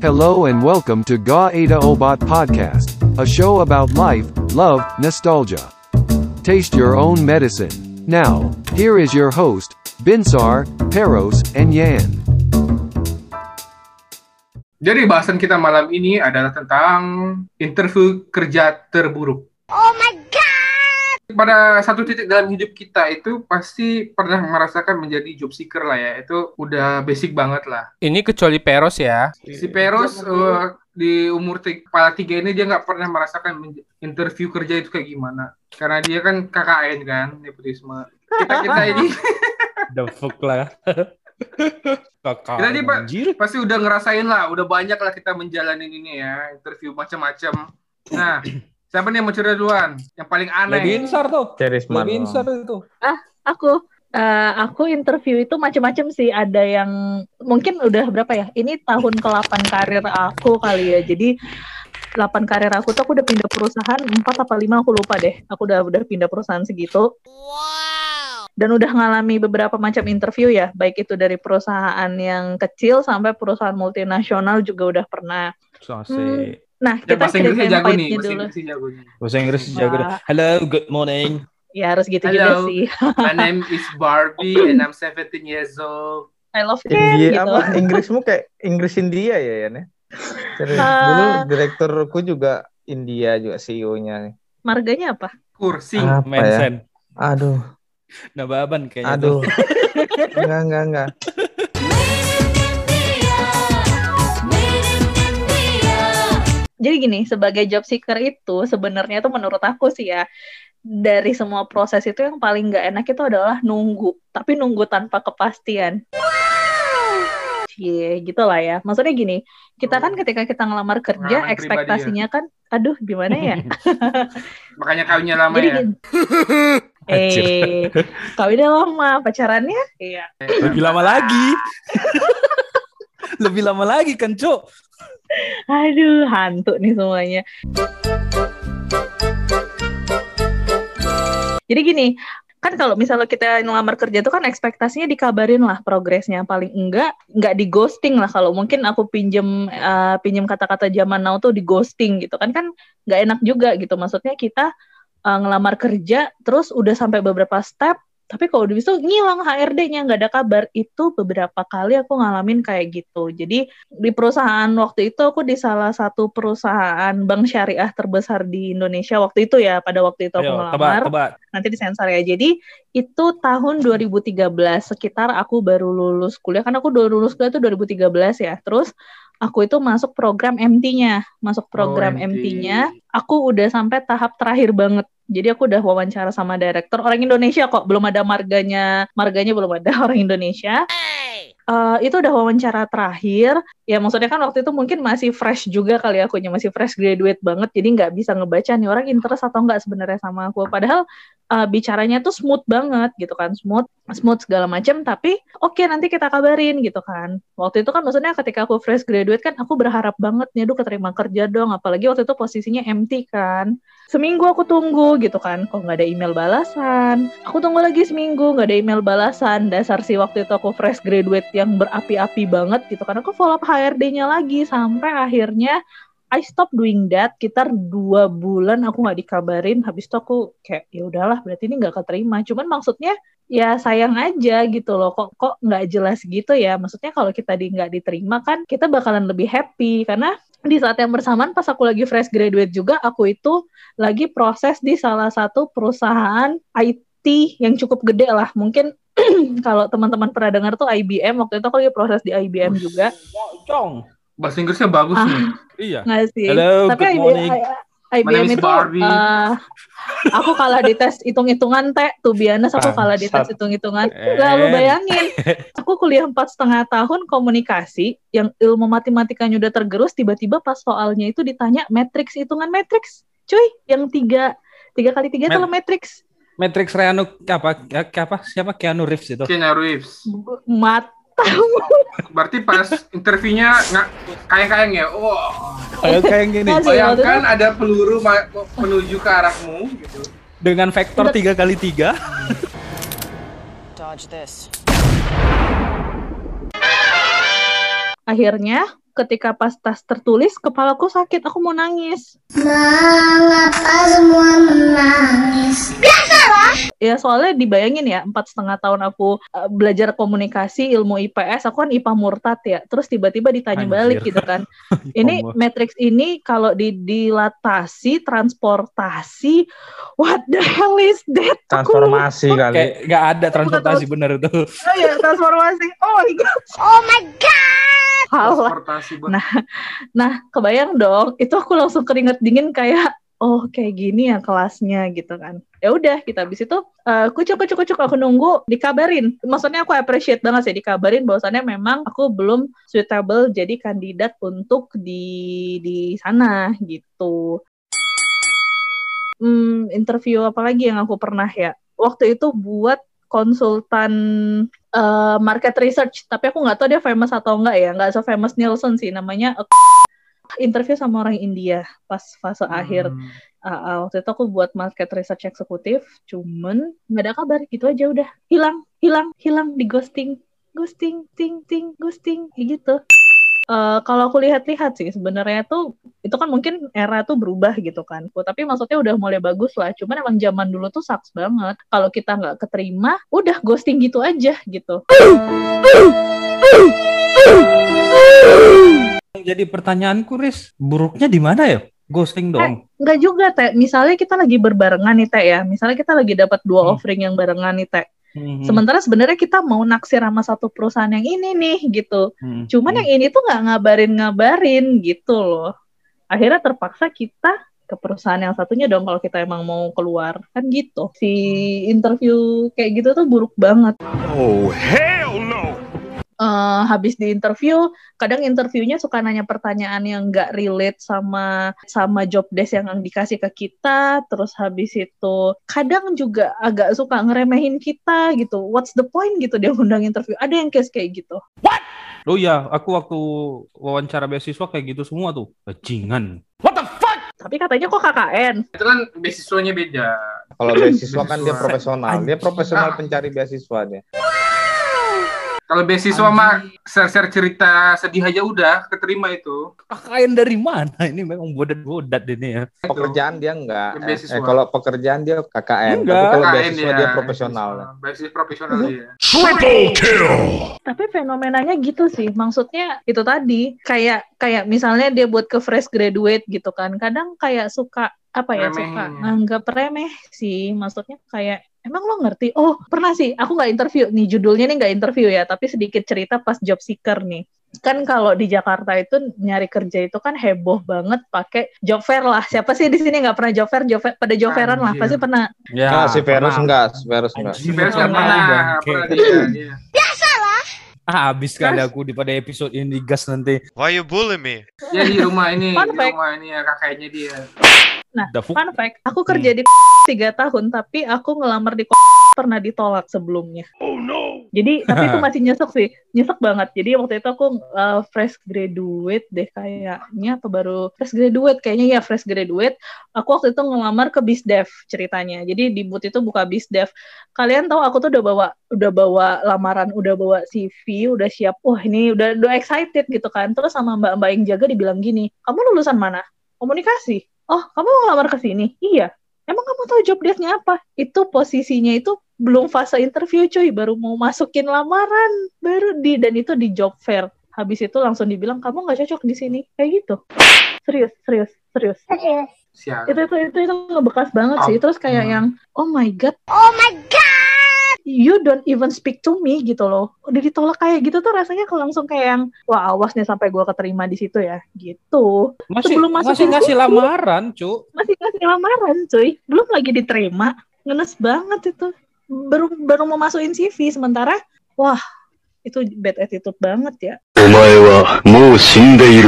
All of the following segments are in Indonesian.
Hello and welcome to Ga Ada Obat Podcast, a show about life, love, nostalgia. Taste your own medicine. Now, here is your host, Binsar, Peros, and Yan. Jadi bahasan kita malam ini adalah tentang interview kerja terburuk. Oh my god! Pada satu titik dalam hidup kita itu pasti pernah merasakan menjadi job seeker lah ya. Itu udah basic banget lah. Ini kecuali Peros ya. Si Peros di umur kepala 3 ini dia nggak pernah merasakan interview kerja itu kayak gimana. Karena dia kan KKN kan, nepotisme. Kita ini The fuck lah. kita ini pasti udah ngerasain lah, udah banyak lah kita menjalani ini ya, interview macam-macam. Nah, siapa nih yang mau cerita duluan? Yang paling aneh. Lebih insar tuh. Lebih insar itu. Aku interview itu macam-macam sih. Ada yang mungkin udah berapa ya? Ini tahun ke-8 karir aku kali ya. Jadi 8 karir aku tuh aku udah pindah perusahaan 4 apa 5 aku lupa deh. Aku udah pindah perusahaan segitu. Wow. Dan udah ngalami beberapa macam interview ya, baik itu dari perusahaan yang kecil sampai perusahaan multinasional juga udah pernah. Nah, kita cerita yang dulu. Bahasa Inggris jago deh. Hello, good morning. Ya harus gitu juga sih. My name is Barbie and I'm 17 years old. I love Ken India, gitu. Apa Inggrismu kayak Inggris India ya Yan? Dulu direkturku juga India juga CEO-nya. Marganya apa? Kursi. Mensen. Ya? Aduh. Nababan kayaknya. Aduh. Enggak. Jadi gini, sebagai job seeker itu sebenarnya tuh menurut aku sih ya, dari semua proses itu yang paling nggak enak itu adalah nunggu, tapi nunggu tanpa kepastian. Cie, gitu lah ya. Maksudnya gini, kita kan ketika kita ngelamar kerja, ekspektasinya kan, aduh gimana ya? Makanya kawinnya lama jadi, ya? Kawinnya lama, pacarannya? Iya. Lebih lama lagi. Lebih lama lagi kan, Cok? Aduh, hantu nih semuanya. Jadi gini, kan kalau misalnya kita ngelamar kerja itu kan ekspektasinya dikabarin lah progresnya, paling enggak di ghosting lah. Kalau mungkin aku pinjem kata-kata zaman now tuh di ghosting gitu kan nggak enak juga gitu. Maksudnya kita ngelamar kerja terus udah sampai beberapa step, tapi kalau udah bisa ngilang HRD-nya, nggak ada kabar. Itu beberapa kali aku ngalamin kayak gitu. Jadi di perusahaan waktu itu, aku di salah satu perusahaan bank syariah terbesar di Indonesia waktu itu ya, pada waktu itu aku ngelamar. Tebak. Nanti disensor ya. Jadi itu tahun 2013, sekitar aku baru lulus kuliah. Kan aku baru lulus kuliah itu 2013 ya. Terus aku itu masuk program MT-nya. MT-nya, aku udah sampai tahap terakhir banget. Jadi aku udah wawancara sama direktur orang Indonesia kok, belum ada marganya belum ada orang Indonesia. Itu udah wawancara terakhir. Ya maksudnya kan waktu itu mungkin masih fresh juga kali ya, akunya masih fresh graduate banget, jadi nggak bisa ngebaca nih orang interest atau nggak sebenarnya sama aku. Padahal bicaranya tuh smooth banget gitu kan, smooth segala macam. Tapi oke, nanti kita kabarin gitu kan. Waktu itu kan maksudnya ketika aku fresh graduate kan aku berharap banget nih, aduh keterima kerja dong. Apalagi waktu itu posisinya MT kan. Seminggu aku tunggu gitu kan, kok nggak ada email balasan. Aku tunggu lagi seminggu, nggak ada email balasan. Dasar sih waktu itu aku fresh graduate yang berapi-api banget gitu kan. Aku follow up HRD-nya lagi, sampai akhirnya I stop doing that. Sekitar 2 bulan aku nggak dikabarin. Habis itu aku kayak, ya udahlah, berarti ini nggak keterima. Cuman maksudnya ya sayang aja gitu loh, kok nggak jelas gitu ya. Maksudnya kalau kita nggak diterima kan kita bakalan lebih happy, karena di saat yang bersamaan pas aku lagi fresh graduate juga, aku itu lagi proses di salah satu perusahaan IT yang cukup gede lah. Mungkin kalau teman-teman pernah dengar tuh IBM, waktu itu aku lagi proses di IBM juga. Bahasa Inggrisnya bagus nih. Iya. Nggak sih. Hello, tapi good morning. IBM itu aku kalah di tes hitung-hitungan to be honest, aku kalah di tes hitung-hitungan. Lalu bayangin, aku kuliah 4,5 tahun komunikasi yang ilmu matematikanya udah tergerus, tiba-tiba pas soalnya itu ditanya matriks, hitungan matriks, cuy, yang 3 kali 3 itu matriks. Matrix Reanu siapa Keanu Reeves itu? Keanu Reeves. Berarti pas interviewnya nggak kayang-kayang ya? Wow. Kayak gini. Bayangkan ada peluru menuju ke arahmu gitu. Dengan vektor 3x3. Akhirnya ketika pas tas tertulis, kepalaku sakit, aku mau nangis. Mengapa semua menangis? Biasalah. Ya soalnya dibayangin ya, 4,5 tahun aku belajar komunikasi, ilmu IPS, aku kan IPA murtad ya. Terus tiba-tiba ditanya balik gitu kan. Ini Matrix ini kalau dilatasi, transportasi, what the hell is that? Transformasi kali. Kayak nggak ada transportasi bener itu. Oh iya, transformasi. Oh my god. Oh my god. Transportasi. Nah, kebayang dong. Itu aku langsung keringet dingin kayak, oh kayak gini ya kelasnya gitu kan. Ya udah, kita habis itu kucuk aku nunggu dikabarin. Maksudnya aku appreciate banget sih dikabarin bahwasannya memang aku belum suitable jadi kandidat untuk di sana gitu. Interview apa lagi yang aku pernah ya? Waktu itu buat konsultan market research, tapi aku nggak tahu dia famous atau enggak ya, nggak se-famous Nielsen sih, namanya interview sama orang India pas fase akhir. Waktu itu aku buat market research eksekutif, cuman nggak ada kabar, gitu aja udah hilang di ghosting gitu. Kalau aku lihat-lihat sih sebenarnya tuh itu kan mungkin era tuh berubah gitu kan, tapi maksudnya udah mulai bagus lah. Cuman emang zaman dulu tuh sucks banget. Kalau kita nggak keterima, udah ghosting gitu aja gitu. Jadi pertanyaanku, Riz, buruknya di mana ya? Ghosting doang? Nggak juga, Teh. Misalnya kita lagi berbarengan nih, Teh ya. Misalnya kita lagi dapat 2 offering yang barengan nih, Teh. Sementara sebenarnya kita mau naksir sama satu perusahaan yang ini nih gitu. Cuman yang ini tuh nggak ngabarin gitu loh. Akhirnya terpaksa kita ke perusahaan yang satunya dong kalau kita emang mau keluar. Kan gitu. Si interview kayak gitu tuh buruk banget. Oh, hell no! Habis di interview, kadang interviewnya suka nanya pertanyaan yang nggak relate sama job desk yang dikasih ke kita. Terus habis itu kadang juga agak suka ngeremehin kita gitu. What's the point gitu dia undang interview. Ada yang case kayak gitu. What? Oh ya, aku waktu wawancara beasiswa kayak gitu semua tuh. Bajingan. What the fuck? Tapi katanya kok KKN. Itu kan beasiswanya beda. Kalau beasiswa kan dia profesional. Dia profesional pencari beasiswanya. Kalau beasiswa mah share cerita sedih aja udah keterima itu. KKN dari mana? Ini memang bodat-bodat ini ya. Pekerjaan dia enggak. Kalau pekerjaan dia KKN. Enggak. Tapi kalau KKN beasiswa dia profesional. Beasiswa profesional dia. Triple kill! Tapi fenomenanya gitu sih. Maksudnya itu tadi kayak misalnya dia buat ke fresh graduate gitu kan. Kadang kayak suka suka nganggap remeh sih. Maksudnya kayak emang lo ngerti? Oh, pernah sih. Aku nggak interview. Nih, judulnya nih nggak interview ya. Tapi sedikit cerita pas job seeker nih. Kan kalau di Jakarta itu nyari kerja itu kan heboh banget pakai job fair lah. Siapa sih di sini nggak pernah job fair? Pada job fairan lah. Pasti pernah. Ya, si Verus enggak. Si Verus nggak pernah dia. Biasalah. Habis kali aku pada episode ini gas nanti. Why you bully me? Ya di rumah ini. Fun fact. Rumah ini ya kakaknya dia. Nah, fun fact, aku kerja di 3 tahun, tapi aku ngelamar di pernah ditolak sebelumnya. Oh no! Jadi, tapi itu masih nyesek banget. Jadi waktu itu aku fresh graduate deh kayaknya, atau baru fresh graduate, kayaknya ya fresh graduate. Aku waktu itu ngelamar ke BizDev ceritanya. Jadi di booth itu buka BizDev. Kalian tahu aku tuh udah bawa lamaran, udah bawa CV, udah siap. Wah ini udah excited gitu kan. Terus sama mbak-mbak yang jaga dibilang gini, kamu lulusan mana? Komunikasi. Oh, kamu mau ngelamar ke sini? Iya. Emang kamu tahu job desk-nya apa? Itu posisinya itu belum fase interview cuy, baru mau masukin lamaran, dan itu di job fair. Habis itu langsung dibilang kamu nggak cocok di sini, kayak gitu. Serius. Siap. Itu ngebekas banget sih. Terus kayak yang oh my god, you don't even speak to me gitu loh. Udah ditolak kayak gitu tuh rasanya langsung kayak yang wah awas nih sampai gue keterima di situ ya gitu. Masih ngasih lamaran, cu. Masih ngasih lamaran, cuy. Belum lagi diterima. Ngenes banget itu. Baru mau masukin CV sementara wah, itu bad attitude banget ya. Omae wa mou shindeiru.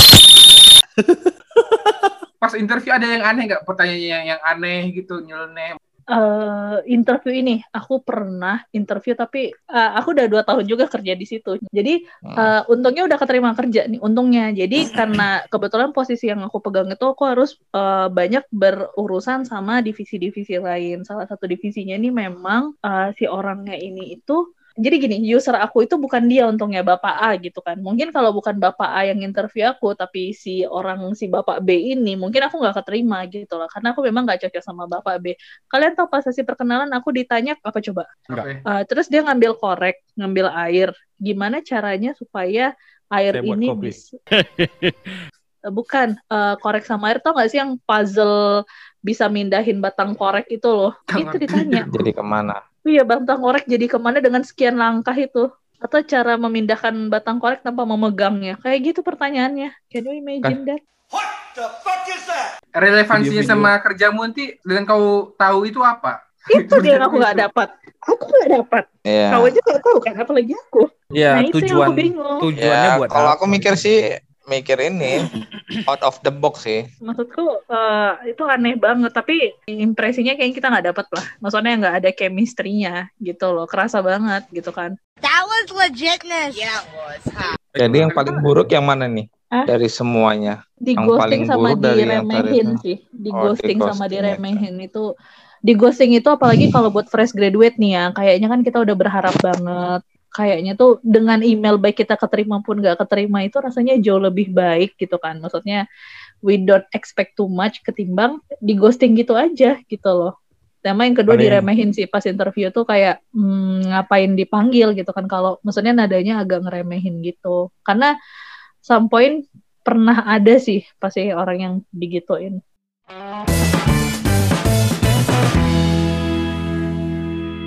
Pas interview ada yang aneh nggak? Pertanyaannya yang aneh gitu, nyeleneh. Interview ini aku pernah interview tapi aku udah 2 tahun juga kerja di situ. Jadi untungnya udah keterima kerja nih untungnya. Jadi karena kebetulan posisi yang aku pegang itu aku harus banyak berurusan sama divisi-divisi lain. Salah satu divisinya ini memang si orangnya ini itu Jadi gini, user aku itu bukan dia untungnya Bapak A gitu kan. Mungkin kalau bukan Bapak A yang interview aku, tapi si Bapak B ini, mungkin aku nggak keterima gitu loh. Karena aku memang nggak cocok sama Bapak B. Kalian tahu pas sesi perkenalan aku ditanya apa coba? Terus dia ngambil air. Gimana caranya supaya air ini bisa... Bukan, korek sama air, tau nggak sih yang puzzle bisa mindahin batang korek itu loh. Itu ditanya. Jadi kemana? Iya, batang korek jadi kemana dengan sekian langkah itu? Atau cara memindahkan batang korek tanpa memegangnya? Kayak gitu pertanyaannya. Can you imagine that? What the fuck is that? Relevansinya sama kerjamu nanti dengan kau tahu itu apa? Itu dia yang aku nggak dapat. Aku nggak dapat. Yeah. Kau aja nggak tahu kan, apalagi aku. Ya, nah, tujuannya buat kalau aku mikir ini out of the box sih. Maksudku itu aneh banget, tapi impresinya kayaknya kita nggak dapat lah. Maksudnya nggak ada chemistry-nya gitu loh, kerasa banget gitu kan. That was legitness. Yeah, it was. Jadi yang paling buruk yang mana nih? Dari semuanya. Di yang ghosting sama diremehin sih. Di ghosting sama diremehin itu. Di ghosting itu apalagi kalau buat fresh graduate nih ya, kayaknya kan kita udah berharap banget. Kayaknya tuh dengan email baik kita keterima pun gak keterima itu rasanya jauh lebih baik gitu kan. Maksudnya we don't expect too much ketimbang di ghosting gitu aja gitu loh. Tema yang kedua diremehin sih pas interview tuh kayak ngapain dipanggil gitu kan. Kalau maksudnya nadanya agak ngeremehin gitu. Karena some point pernah ada sih pasti orang yang digituin.